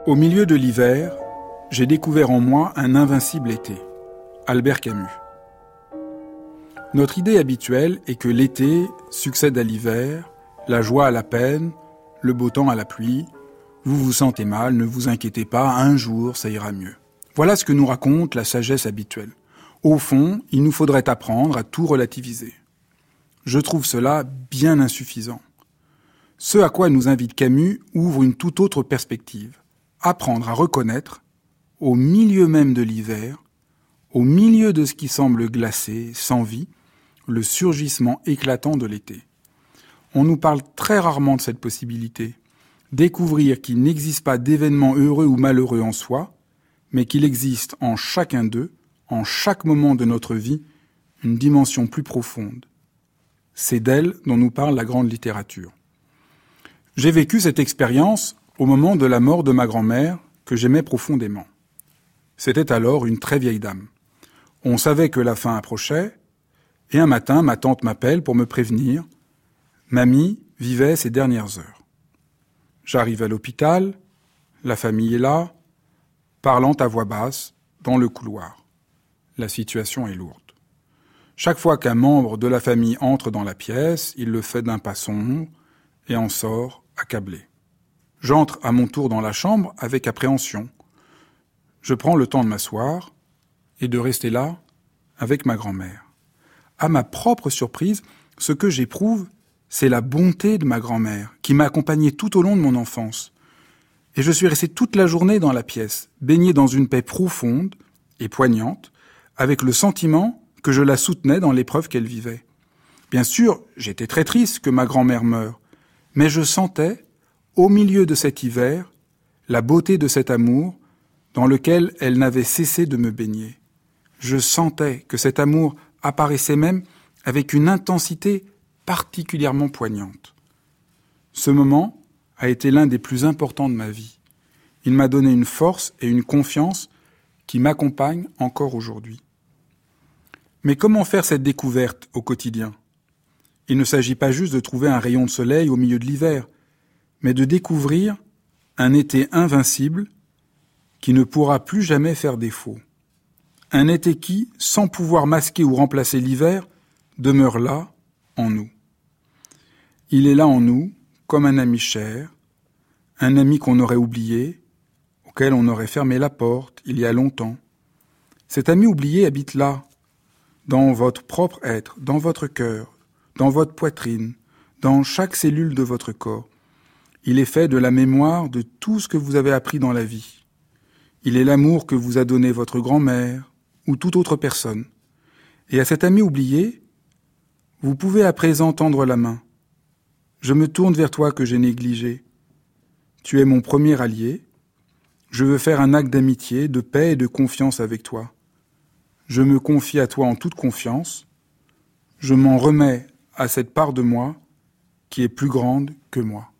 Au milieu de l'hiver, j'ai découvert en moi un invincible été. Albert Camus. Notre idée habituelle est que l'été succède à l'hiver, la joie à la peine, le beau temps à la pluie. Vous vous sentez mal, ne vous inquiétez pas, un jour ça ira mieux. Voilà ce que nous raconte la sagesse habituelle. Au fond, il nous faudrait apprendre à tout relativiser. Je trouve cela bien insuffisant. Ce à quoi nous invite Camus ouvre une toute autre perspective. Apprendre à reconnaître, au milieu même de l'hiver, au milieu de ce qui semble glacé, sans vie, le surgissement éclatant de l'été. On nous parle très rarement de cette possibilité. Découvrir qu'il n'existe pas d'événements heureux ou malheureux en soi, mais qu'il existe en chacun d'eux, en chaque moment de notre vie, une dimension plus profonde. C'est d'elle dont nous parle la grande littérature. J'ai vécu cette expérience au moment de la mort de ma grand-mère, que j'aimais profondément. C'était alors une très vieille dame. On savait que la fin approchait, et un matin, ma tante m'appelle pour me prévenir. Mamie vivait ses dernières heures. J'arrive à l'hôpital, la famille est là, parlant à voix basse, dans le couloir. La situation est lourde. Chaque fois qu'un membre de la famille entre dans la pièce, il le fait d'un pas sombre et en sort accablé. J'entre à mon tour dans la chambre avec appréhension. Je prends le temps de m'asseoir et de rester là avec ma grand-mère. À ma propre surprise, ce que j'éprouve, c'est la bonté de ma grand-mère qui m'a accompagné tout au long de mon enfance. Et je suis resté toute la journée dans la pièce, baigné dans une paix profonde et poignante, avec le sentiment que je la soutenais dans l'épreuve qu'elle vivait. Bien sûr, j'étais très triste que ma grand-mère meure, mais je sentais, au milieu de cet hiver, la beauté de cet amour dans lequel elle n'avait cessé de me baigner. Je sentais que cet amour apparaissait même avec une intensité particulièrement poignante. Ce moment a été l'un des plus importants de ma vie. Il m'a donné une force et une confiance qui m'accompagnent encore aujourd'hui. Mais comment faire cette découverte au quotidien ? Il ne s'agit pas juste de trouver un rayon de soleil au milieu de l'hiver, mais de découvrir un été invincible qui ne pourra plus jamais faire défaut. Un été qui, sans pouvoir masquer ou remplacer l'hiver, demeure là, en nous. Il est là en nous, comme un ami cher, un ami qu'on aurait oublié, auquel on aurait fermé la porte il y a longtemps. Cet ami oublié habite là, dans votre propre être, dans votre cœur, dans votre poitrine, dans chaque cellule de votre corps. Il est fait de la mémoire de tout ce que vous avez appris dans la vie. Il est l'amour que vous a donné votre grand-mère ou toute autre personne. Et à cet ami oublié, vous pouvez à présent tendre la main. Je me tourne vers toi que j'ai négligé. Tu es mon premier allié. Je veux faire un acte d'amitié, de paix et de confiance avec toi. Je me confie à toi en toute confiance. Je m'en remets à cette part de moi qui est plus grande que moi.